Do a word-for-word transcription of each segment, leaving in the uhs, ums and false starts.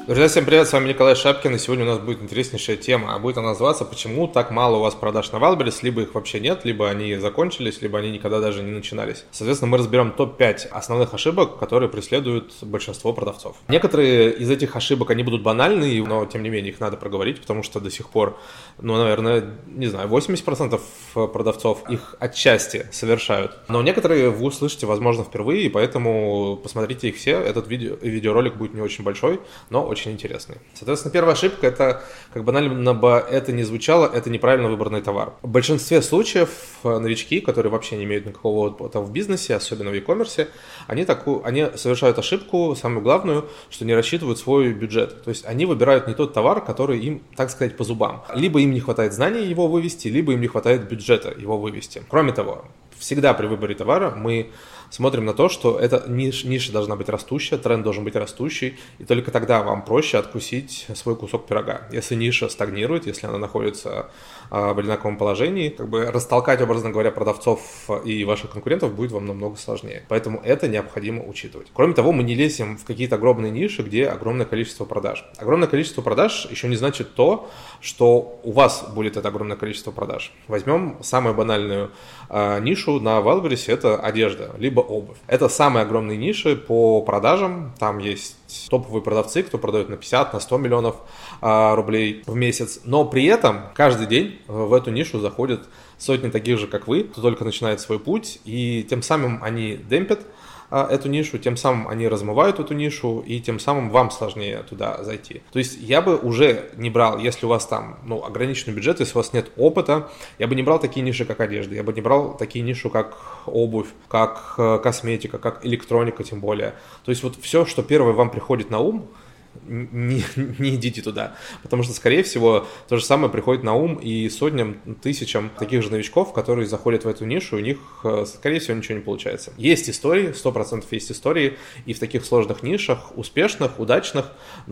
Друзья, всем привет, с вами Николай Шапкин, и сегодня у нас будет интереснейшая тема, а будет она называться «Почему так мало у вас продаж на Wildberries?» Либо их вообще нет, либо они закончились, либо они никогда даже не начинались. Соответственно, мы разберем топ пять основных ошибок, которые преследуют большинство продавцов. Некоторые из этих ошибок, они будут банальны, но тем не менее их надо проговорить, потому что до сих пор, ну, наверное, не знаю, восемьдесят процентов продавцов их отчасти совершают. Но некоторые вы услышите, возможно, впервые, и поэтому посмотрите их все. Этот видео, видеоролик будет не очень большой, но очень интересный. Соответственно, первая ошибка – это, как банально бы это ни звучало, это неправильно выбранный товар. В большинстве случаев новички, которые вообще не имеют никакого опыта в бизнесе, особенно в e-commerce, они, такую, они совершают ошибку, самую главную, что не рассчитывают свой бюджет. То есть они выбирают не тот товар, который им, так сказать, по зубам. Либо им не хватает знаний его вывести, либо им не хватает бюджета его вывести. Кроме того, всегда при выборе товара мы смотрим на то, что эта ниш, ниша должна быть растущая, тренд должен быть растущий, и только тогда вам проще откусить свой кусок пирога. Если ниша стагнирует, если она находится а, в одинаковом положении, как бы растолкать, образно говоря, продавцов и ваших конкурентов будет вам намного сложнее. Поэтому это необходимо учитывать. Кроме того, мы не лезем в какие-то огромные ниши, где огромное количество продаж. Огромное количество продаж еще не значит то, что у вас будет это огромное количество продаж. Возьмем самую банальную а, нишу на Wildberries, это одежда, либо обувь. Это самые огромные ниши по продажам. Там есть топовые продавцы, кто продает на пятьдесят, на сто миллионов а, рублей в месяц. Но при этом каждый день в эту нишу заходят сотни таких же, как вы, кто только начинает свой путь, и тем самым они демпят эту нишу, тем самым они размывают эту нишу, и тем самым вам сложнее туда зайти. То есть я бы уже не брал, если у вас там ну, ограниченный бюджет, если у вас нет опыта, я бы не брал такие ниши, как одежда, я бы не брал такие ниши, как обувь, как косметика, как электроника тем более. То есть вот все, что первое вам приходит на ум, Не, не идите туда, потому что, скорее всего, то же самое приходит на ум и сотням, тысячам таких же новичков, которые заходят в эту нишу, у них, скорее всего, ничего не получается. Есть истории, сто процентов есть истории, и в таких сложных нишах, успешных, удачных,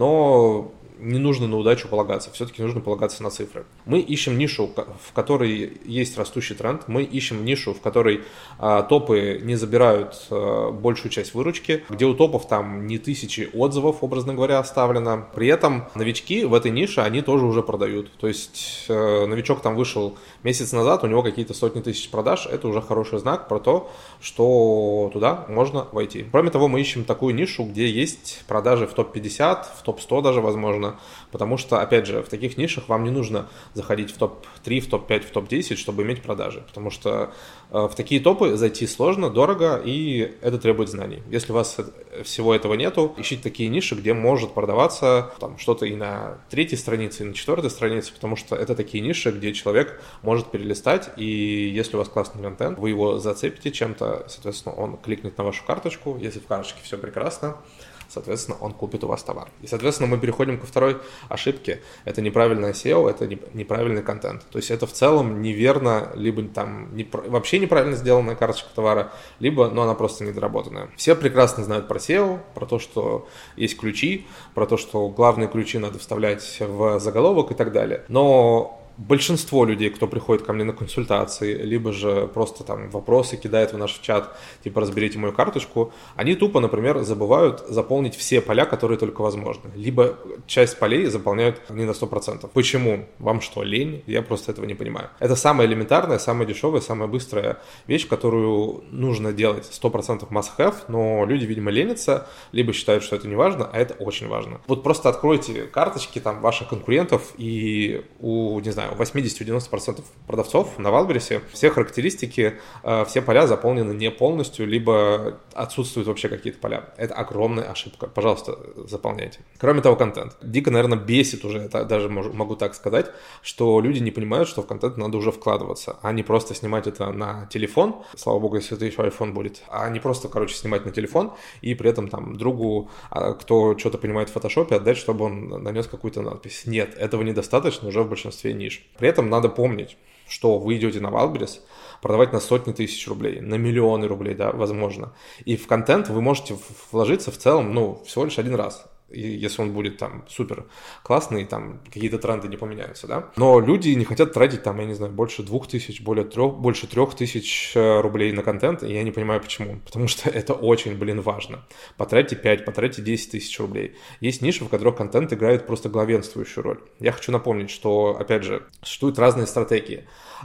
но не нужно на удачу полагаться, все-таки нужно полагаться на цифры. Мы ищем нишу, в которой есть растущий тренд, мы ищем нишу, в которой а, топы не забирают а, большую часть выручки, где у топов там не тысячи отзывов, образно говоря, оставлено. При этом новички в этой нише, они тоже уже продают. То есть а, новичок там вышел месяц назад, у него какие-то сотни тысяч продаж, это уже хороший знак про то, что туда можно войти. Кроме того, мы ищем такую нишу, где есть продажи в топ пятьдесят, в топ сто даже, возможно, потому что, опять же, в таких нишах вам не нужно заходить в топ три, в топ пять, в топ десять, чтобы иметь продажи, потому что э, в такие топы зайти сложно, дорого, и это требует знаний. Если у вас всего этого нету, ищите такие ниши, где может продаваться там, что-то и на третьей странице, и на четвертой странице, потому что это такие ниши, где человек может перелистать, и если у вас классный контент, вы его зацепите чем-то, соответственно, он кликнет на вашу карточку, если в карточке все прекрасно, соответственно, он купит у вас товар. И, соответственно, мы переходим ко второй ошибке. Это неправильное сео, это неправильный контент. То есть это в целом неверно, либо там не, вообще неправильно сделанная карточка товара, либо, но она просто недоработанная. Все прекрасно знают про сео, про то, что есть ключи, про то, что главные ключи надо вставлять в заголовок и так далее. Но большинство людей, кто приходит ко мне на консультации, либо же просто там вопросы кидает в наш чат, типа разберите мою карточку, они тупо, например, забывают заполнить все поля, которые только возможны. Либо часть полей заполняют не на сто процентов. Почему? Вам что, лень? Я просто этого не понимаю. Это самая элементарная, самая дешевая, самая быстрая вещь, которую нужно делать сто процентов must-have, но люди, видимо, ленятся, либо считают, что это не важно, а это очень важно. Вот просто откройте карточки там ваших конкурентов, и у, не знаю, восемьдесят-девяносто процентов продавцов на Wildberries все характеристики, все поля заполнены не полностью, либо отсутствуют вообще какие-то поля. Это огромная ошибка. Пожалуйста, заполняйте. Кроме того, контент. Дико, наверное, бесит уже, это даже могу так сказать, что люди не понимают, что в контент надо уже вкладываться, а не просто снимать это на телефон. Слава богу, если это еще iPhone будет. А не просто, короче, снимать на телефон и при этом там другу, кто что-то понимает в фотошопе, отдать, чтобы он нанес какую-то надпись. Нет, этого недостаточно уже в большинстве ниш. При этом надо помнить, что вы идете на Wildberries продавать на сотни тысяч рублей, на миллионы рублей, да, возможно. И в контент вы можете вложиться в целом, ну, всего лишь один раз. если он будет там супер классный, там какие-то тренды не поменяются, да. Но люди не хотят тратить там, я не знаю, больше двух тысяч, более трех, больше трех тысяч рублей на контент, и я не понимаю почему. Потому что это очень, блин, важно. Потратьте пять, потратьте десять тысяч рублей. Есть ниши, в которых контент играет просто главенствующую роль. Я хочу напомнить, что, опять же, существуют разные стратегии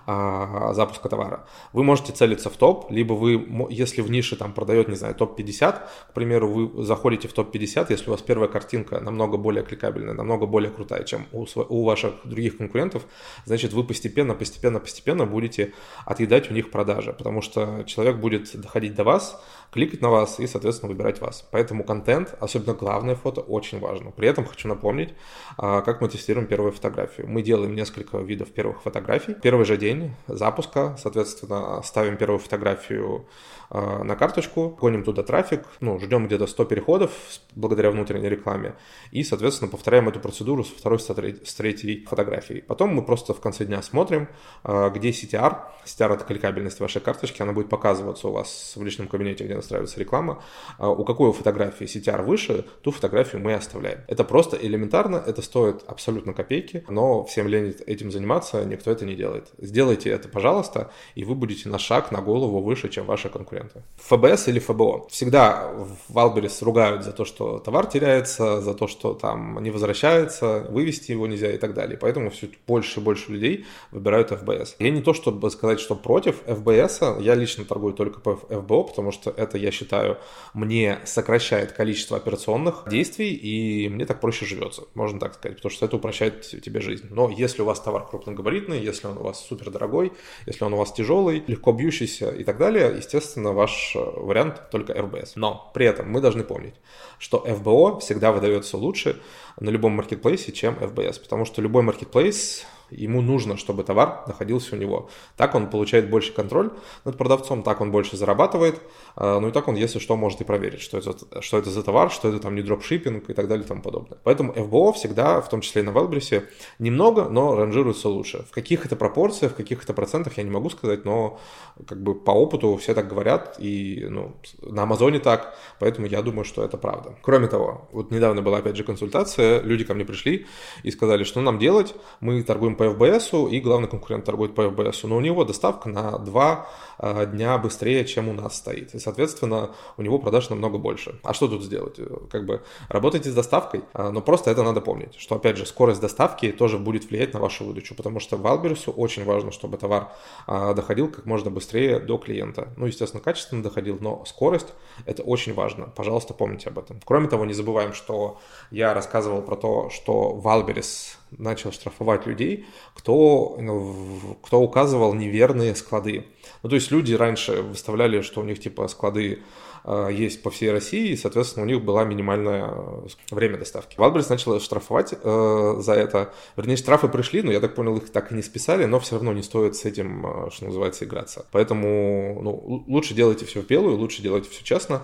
а, запуска товара. Вы можете целиться в топ, либо вы, если в нише там продает, не знаю, топ пятьдесят, к примеру, вы заходите в топ пятьдесят, если у вас первая картинка намного более кликабельная, намного более крутая, чем у, у ваших других конкурентов, значит, вы постепенно, постепенно, постепенно будете отъедать у них продажи, потому что человек будет доходить до вас, кликать на вас и, соответственно, выбирать вас. Поэтому контент, особенно главное фото, очень важно. При этом хочу напомнить, как мы тестируем первую фотографию. Мы делаем несколько видов первых фотографий. Первый же день запуска, соответственно, ставим первую фотографию на карточку, гоним туда трафик, ну, ждем где-то сто переходов благодаря внутренней рекламе и, соответственно, повторяем эту процедуру со второй, с третьей фотографией. Потом мы просто в конце дня смотрим, где си ти ар. си ти ар – это кликабельность вашей карточки, она будет показываться у вас в личном кабинете, где настраивается реклама. У какой фотографии си ти ар выше, ту фотографию мы оставляем. Это просто элементарно, это стоит абсолютно копейки, но всем лень этим заниматься, никто это не делает. Сделайте это, пожалуйста, и вы будете на шаг, на голову выше, чем ваши конкуренты. эф бэ эс или эф бэ о. Всегда в Wildberries ругают за то, что товар теряется, за то, что там не возвращается, вывести его нельзя и так далее. Поэтому все больше и больше людей выбирают эф бэ эс. Я не то, чтобы сказать, что против эф бэ эс, я лично торгую только по эф бэ о, потому что это, я считаю, мне сокращает количество операционных действий, и мне так проще живется, можно так сказать, потому что это упрощает тебе жизнь. Но если у вас товар крупногабаритный, если он у вас супер дорогой, если он у вас тяжелый, легко бьющийся и так далее, естественно, ваш вариант только эф бэ эс. Но при этом мы должны помнить, что эф бэ о всегда выдается лучше на любом маркетплейсе, чем эф бэ эс, потому что любой маркетплейс, ему нужно, чтобы товар находился у него. Так он получает больше контроль над продавцом, так он больше зарабатывает, ну и так он, если что, может и проверить, что это, что это за товар, что это там не дропшиппинг и так далее и тому подобное. Поэтому эф бэ о всегда, в том числе и на Wildberries, немного, но ранжируется лучше. В каких это пропорциях, в каких это процентах, я не могу сказать, но как бы по опыту все так говорят, и ну, на Амазоне так, поэтому я думаю, что это правда. Кроме того, вот недавно была опять же консультация, люди ко мне пришли и сказали, что нам делать, мы торгуем по эф бэ эс, и главный конкурент торгует по эф бэ эс, но у него доставка на два дня быстрее, чем у нас стоит. И, соответственно, у него продаж намного больше. А что тут сделать? Как бы работайте с доставкой, но просто это надо помнить, что, опять же, скорость доставки тоже будет влиять на вашу выдачу, потому что Wildberries очень важно, чтобы товар доходил как можно быстрее до клиента. Ну, естественно, качественно доходил, но скорость – это очень важно. Пожалуйста, помните об этом. Кроме того, не забываем, что я рассказывал про то, что Wildberries начал штрафовать людей, кто, кто указывал неверные склады. Ну, то есть люди раньше выставляли, что у них типа склады э, есть по всей России, и, соответственно, у них было минимальное время доставки. Wildberries начал штрафовать э, за это. Вернее, штрафы пришли, но я так понял, их так и не списали, но все равно не стоит с этим, что называется, играться. Поэтому ну, лучше делайте все в белую, лучше делайте все честно,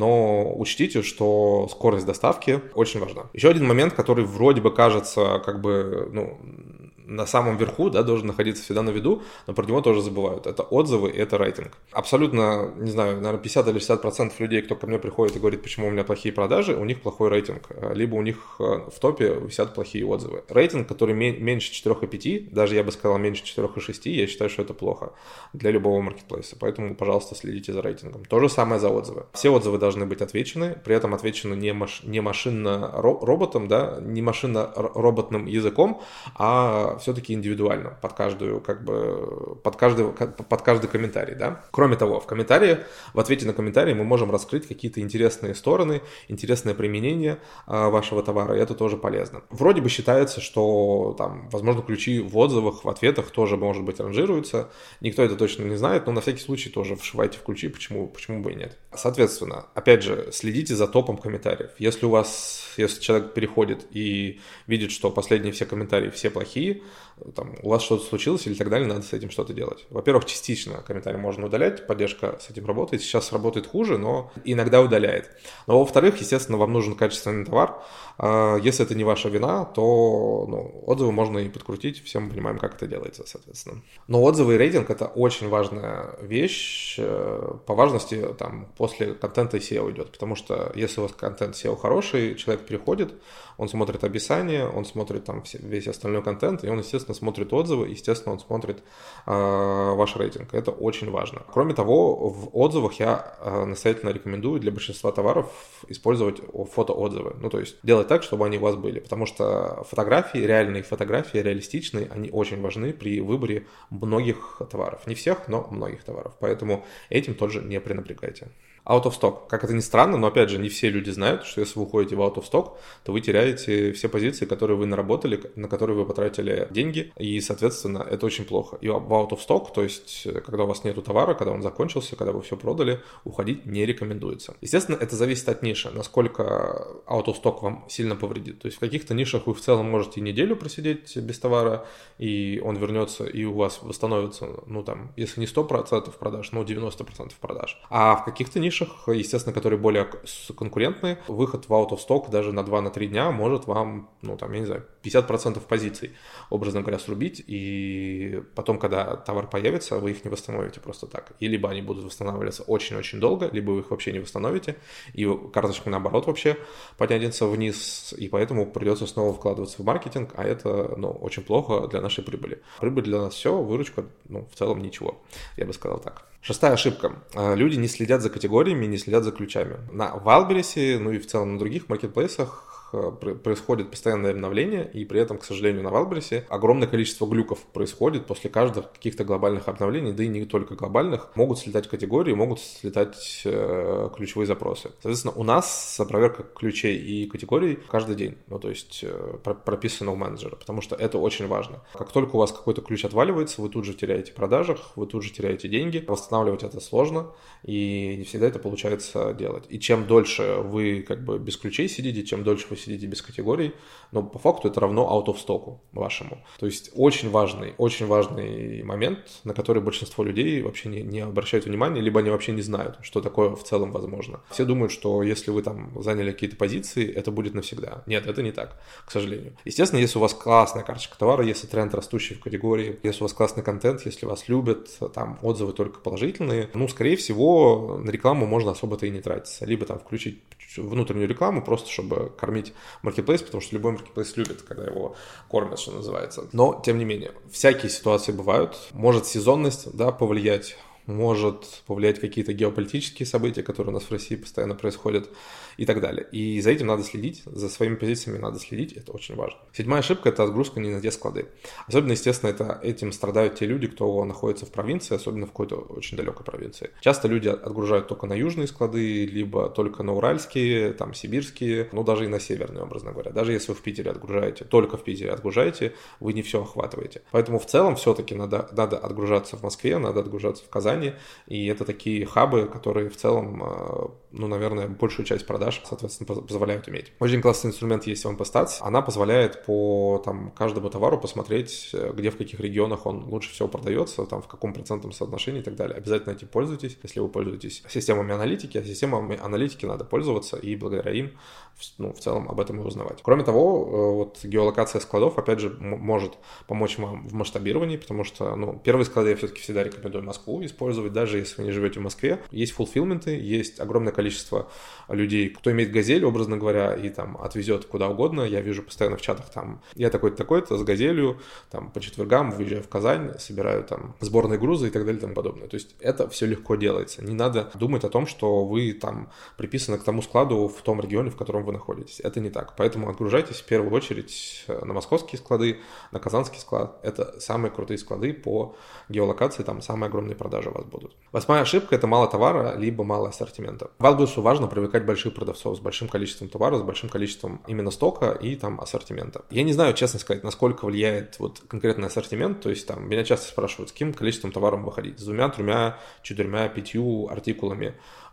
но учтите, что скорость доставки очень важна. Еще один момент, который вроде бы кажется как бы, ну, на самом верху, да, должен находиться всегда на виду, но про него тоже забывают. Это отзывы и это рейтинг. Абсолютно, не знаю, наверное, пятьдесят или шестьдесят процентов людей, кто ко мне приходит и говорит, почему у меня плохие продажи, у них плохой рейтинг. Либо у них в топе висят плохие отзывы. Рейтинг, который меньше четыре и пять, даже я бы сказал меньше четыре и шесть, я считаю, что это плохо для любого маркетплейса. Поэтому, пожалуйста, следите за рейтингом. То же самое за отзывы. Все отзывы должны быть отвечены, при этом отвечены не, маш... не машинно-роботом, да, не машинно-роботным языком, а все-таки индивидуально, под каждую, как бы, под каждый, под каждый комментарий, да. Кроме того, в комментарии, в ответе на комментарий мы можем раскрыть какие-то интересные стороны, интересное применение а, вашего товара, и это тоже полезно. Вроде бы считается, что там, возможно, ключи в отзывах, в ответах тоже, может быть, ранжируются, никто это точно не знает, но на всякий случай тоже вшивайте в ключи, почему, почему бы и нет. Соответственно, опять же, следите за топом комментариев. Если у вас, если человек переходит и видит, что последние все комментарии все плохие, там, у вас что-то случилось или так далее, надо с этим что-то делать. Во-первых, частично комментарий можно удалять, поддержка с этим работает. Сейчас работает хуже, но иногда удаляет. Но, во-вторых, естественно, вам нужен качественный товар. Если это не ваша вина, то ну, отзывы можно и подкрутить, все мы понимаем, как это делается, соответственно. Но отзывы и рейтинг – это очень важная вещь, по важности там, после контента сео идет, потому что если у вас контент сео хороший, человек переходит, он смотрит описание, он смотрит там весь остальной контент, и он, естественно, смотрит отзывы, естественно, он смотрит э, ваш рейтинг. Это очень важно. Кроме того, в отзывах я э, настоятельно рекомендую для большинства товаров использовать фотоотзывы. Ну, то есть делать так, чтобы они у вас были, потому что фотографии, реальные фотографии, реалистичные, они очень важны при выборе многих товаров. Не всех, но многих товаров. Поэтому этим тоже не пренебрегайте. Out of stock. Как это ни странно, но опять же, не все люди знают, что если вы уходите в out of stock, то вы теряете все позиции, которые вы наработали, на которые вы потратили деньги, и, соответственно, это очень плохо. И в out of stock, то есть, когда у вас нету товара, когда он закончился, когда вы все продали, уходить не рекомендуется. Естественно, это зависит от ниши, насколько out of stock вам сильно повредит. То есть, в каких-то нишах вы в целом можете неделю просидеть без товара, и он вернется, и у вас восстановится, ну, там, если не сто процентов продаж, но девяносто процентов продаж. А в каких-то нишах, естественно, которые более конкурентные, выход в out of stock даже на два-три дня может вам, ну, там, я не знаю, пятьдесят процентов позиций, образно говоря, срубить, и потом, когда товар появится, вы их не восстановите просто так. И либо они будут восстанавливаться очень-очень долго, либо вы их вообще не восстановите, и карточка, наоборот, вообще потянется вниз, и поэтому придется снова вкладываться в маркетинг, а это, ну, очень плохо для нашей прибыли. Прибыль для нас все, выручка, ну, в целом ничего, я бы сказал так. Шестая ошибка. Люди не следят за категориями, не следят за ключами. На Wildberries, ну и в целом на других маркетплейсах происходит постоянное обновление, и при этом, к сожалению, на Wildberries огромное количество глюков происходит после каждых каких-то глобальных обновлений, да и не только глобальных. Могут слетать категории, могут слетать э, ключевые запросы. Соответственно, у нас проверка ключей и категорий каждый день, ну то есть э, прописано у менеджера, потому что это очень важно. Как только у вас какой-то ключ отваливается, вы тут же теряете в продажах, вы тут же теряете деньги, восстанавливать это сложно, и не всегда это получается делать. И чем дольше вы как бы без ключей сидите, чем дольше вы сидите без категорий, но по факту это равно out of stock вашему. То есть очень важный, очень важный момент, на который большинство людей вообще не, не обращают внимания, либо они вообще не знают, что такое в целом возможно. Все думают, что если вы там заняли какие-то позиции, это будет навсегда. Нет, это не так, к сожалению. Естественно, если у вас классная карточка товара, если тренд растущий в категории, если у вас классный контент, если вас любят, там отзывы только положительные, ну, скорее всего, на рекламу можно особо-то и не тратиться. Либо там включить внутреннюю рекламу, просто чтобы кормить маркетплейс, потому что любой маркетплейс любит, когда его кормят, что называется. Но, тем не менее, всякие ситуации бывают. Может сезонность, да, повлиять, может повлиять какие-то геополитические события, которые у нас в России постоянно происходят и так далее. И за этим надо следить, за своими позициями надо следить, это очень важно. Седьмая ошибка – это отгрузка не на те склады. Особенно, естественно, это, этим страдают те люди, кто находится в провинции, особенно в какой-то очень далекой провинции. Часто люди отгружают только на южные склады, либо только на уральские, там, сибирские, ну, даже и на северные, образно говоря. Даже если вы в Питере отгружаете, только в Питере отгружаете, вы не все охватываете. Поэтому в целом все-таки надо, надо отгружаться в Москве, надо отгружаться в Казани, и это такие хабы, которые в целом, ну, наверное, большую часть продаж, соответственно, позволяют иметь. Очень классный инструмент есть вам Stats. Она позволяет по там, каждому товару посмотреть, где в каких регионах он лучше всего продается, там, в каком процентном соотношении и так далее. Обязательно этим пользуйтесь, если вы пользуетесь системами аналитики. А системами аналитики надо пользоваться, и благодаря им, ну, в целом об этом и узнавать. Кроме того, вот геолокация складов, опять же, м- может помочь вам в масштабировании, потому что, ну, первые склады я все-таки всегда рекомендую Москву использовать, даже если вы не живете в Москве. Есть фулфилменты, есть огромное количество людей, кто имеет газель, образно говоря, и там отвезет куда угодно. Я вижу постоянно в чатах там, я такой-то, такой-то с газелью, там по четвергам выезжаю в Казань, собираю там сборные грузы и так далее и тому подобное. То есть это все легко делается. Не надо думать о том, что вы там приписаны к тому складу в том регионе, в котором вы находитесь. Это не так. Поэтому отгружайтесь в первую очередь на московские склады, на казанский склад. Это самые крутые склады по геолокации, там самые огромные продажи у вас будут. Восьмая ошибка – это мало товара, либо мало ассортимента. Wildberries важно привлекать больших продавцов с большим количеством товара, с большим количеством именно стока и там ассортимента. Я не знаю, честно сказать, насколько влияет вот конкретный ассортимент, то есть там меня часто спрашивают, с каким количеством товаром выходить, с двумя, тремя, четырьмя, пятью артикулами.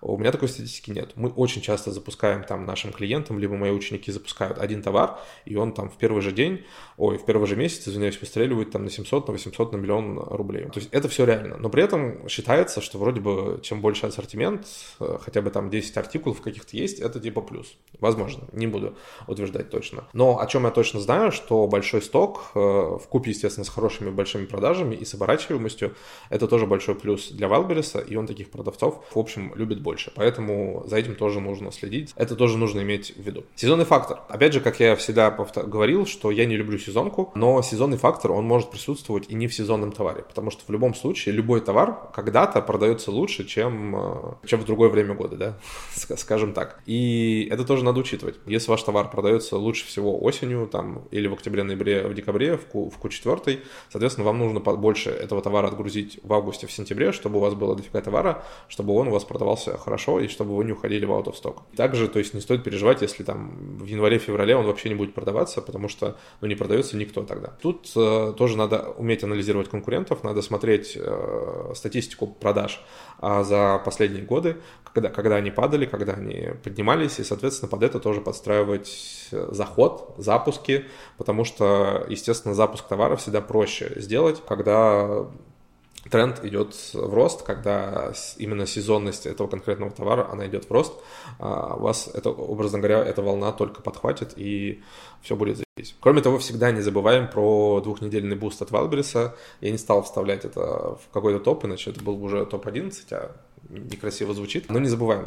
У меня такой статистики нет. Мы очень часто запускаем там нашим клиентам, либо мои ученики запускают один товар, и он там в первый же день, ой, в первый же месяц, извиняюсь, выстреливает там на семьсот, на восемьсот, на миллион рублей. То есть это все реально. Но при этом считается, что вроде бы чем больше ассортимент, хотя бы там десять артикулов каких-то есть, это типа плюс. Возможно, не буду утверждать точно. Но о чем я точно знаю, что большой сток вкупе, естественно, с хорошими большими продажами и с оборачиваемостью, это тоже большой плюс для Wildberries, и он таких продавцов, в общем, любит больше. Поэтому за этим тоже нужно следить. Это тоже нужно иметь в виду. Сезонный фактор. Опять же, как я всегда повтор- говорил, что я не люблю сезонку, но сезонный фактор, он может присутствовать и не в сезонном товаре, потому что в любом случае любой товар когда-то продается лучше, чем, чем в другое время года, да, скажем так. И это тоже надо учитывать. Если ваш товар продается лучше всего осенью, там, или в октябре, ноябре, в декабре, в Q, в Q четыре, соответственно, вам нужно больше этого товара отгрузить в августе, в сентябре, чтобы у вас было дофига товара, чтобы он у вас продавался хорошо и чтобы вы не уходили в out of stock. Также, то есть не стоит переживать, если там в январе-феврале он вообще не будет продаваться, потому что, ну, не продается никто тогда. Тут э, тоже надо уметь анализировать конкурентов, надо смотреть э, статистику продаж э, за последние годы, когда, когда они падали, когда они поднимались, и, соответственно, под это тоже подстраивать заход, запуски, потому что, естественно, запуск товара всегда проще сделать, когда тренд идет в рост, когда именно сезонность этого конкретного товара, она идет в рост, а у вас, это, образно говоря, эта волна только подхватит, и все будет заебись. Кроме того, всегда не забываем про двухнедельный буст от Wildberries. Я не стал вставлять это в какой-то топ, иначе это был бы уже топ одиннадцать, а некрасиво звучит. Но не забываем,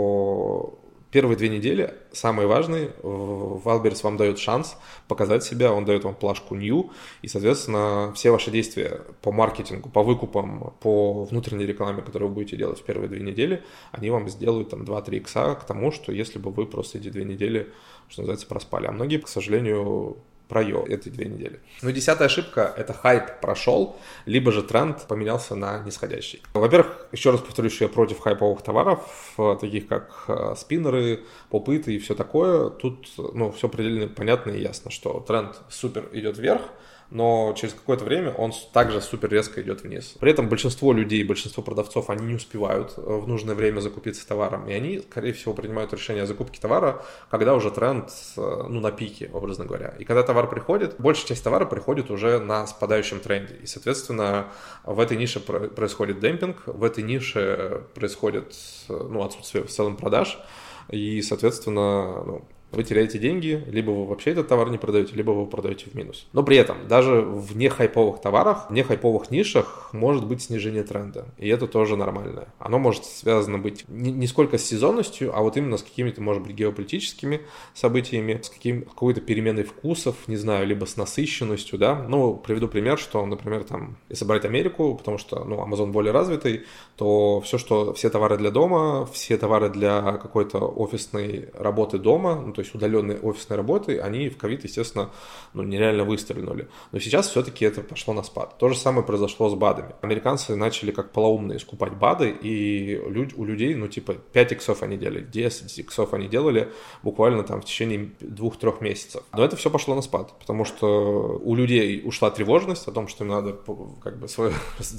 что первые две недели самые важные. Wildberries вам дает шанс показать себя, он дает вам плашку New, и, соответственно, все ваши действия по маркетингу, по выкупам, по внутренней рекламе, которую вы будете делать в первые две недели, они вам сделают там два-три икса к тому, что если бы вы просто эти две недели, что называется, проспали. А многие, к сожалению, проел эти две недели. Ну и десятая ошибка – это хайп прошел, либо же тренд поменялся на нисходящий. Во-первых, еще раз повторюсь, что я против хайповых товаров, таких как спиннеры, попыты и все такое. Тут, ну, все предельно понятно и ясно, что тренд супер идет вверх, но через какое-то время он также супер резко идет вниз. При этом большинство людей, большинство продавцов, они не успевают в нужное время закупиться товаром, и они, скорее всего, принимают решение о закупке товара, когда уже тренд, ну, на пике, образно говоря. И когда товар приходит, большая часть товара приходит уже на спадающем тренде, и, соответственно, в этой нише происходит демпинг, в этой нише происходит, ну, отсутствие в целом продаж, и, соответственно, ну, вы теряете деньги, либо вы вообще этот товар не продаете, либо вы продаете в минус. Но при этом, даже в нехайповых товарах, в нехайповых нишах может быть снижение тренда, и это тоже нормально. Оно может связано быть не, не сколько с сезонностью, а вот именно с какими-то, может быть, геополитическими событиями, с каким, какой-то переменой вкусов, не знаю, либо с насыщенностью, да. Ну, приведу пример, что, например, там, если брать Америку, потому что, ну, Amazon более развитый, то все, что, все товары для дома, все товары для какой-то офисной работы дома, ну, то есть удаленной офисной работы, они в ковид, естественно, ну, нереально выстрелили. Но сейчас все-таки это пошло на спад. То же самое произошло с БАДами. Американцы начали как полоумные скупать БАДы, и у людей, ну, типа, пять иксов они делали, десять иксов они делали буквально там в течение двух-трех месяцев. Но это все пошло на спад, потому что у людей ушла тревожность о том, что им надо как бы свое,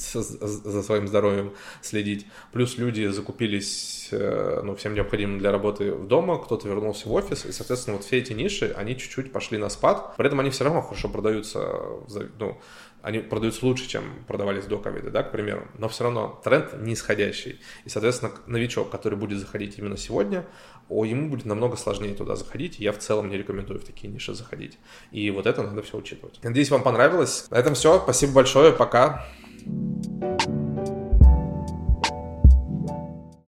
за своим здоровьем следить. Плюс люди закупились, ну, всем необходимым для работы в дома, кто-то вернулся в офис, и, соответственно, вот все эти ниши, они чуть-чуть пошли на спад, при этом они все равно хорошо продаются, ну, они продаются лучше, чем продавались до ковида, да, к примеру, но все равно тренд нисходящий, и, соответственно, новичок, который будет заходить именно сегодня, о, ему будет намного сложнее туда заходить, и я в целом не рекомендую в такие ниши заходить, и вот это надо все учитывать. Надеюсь, вам понравилось. На этом все, спасибо большое, пока.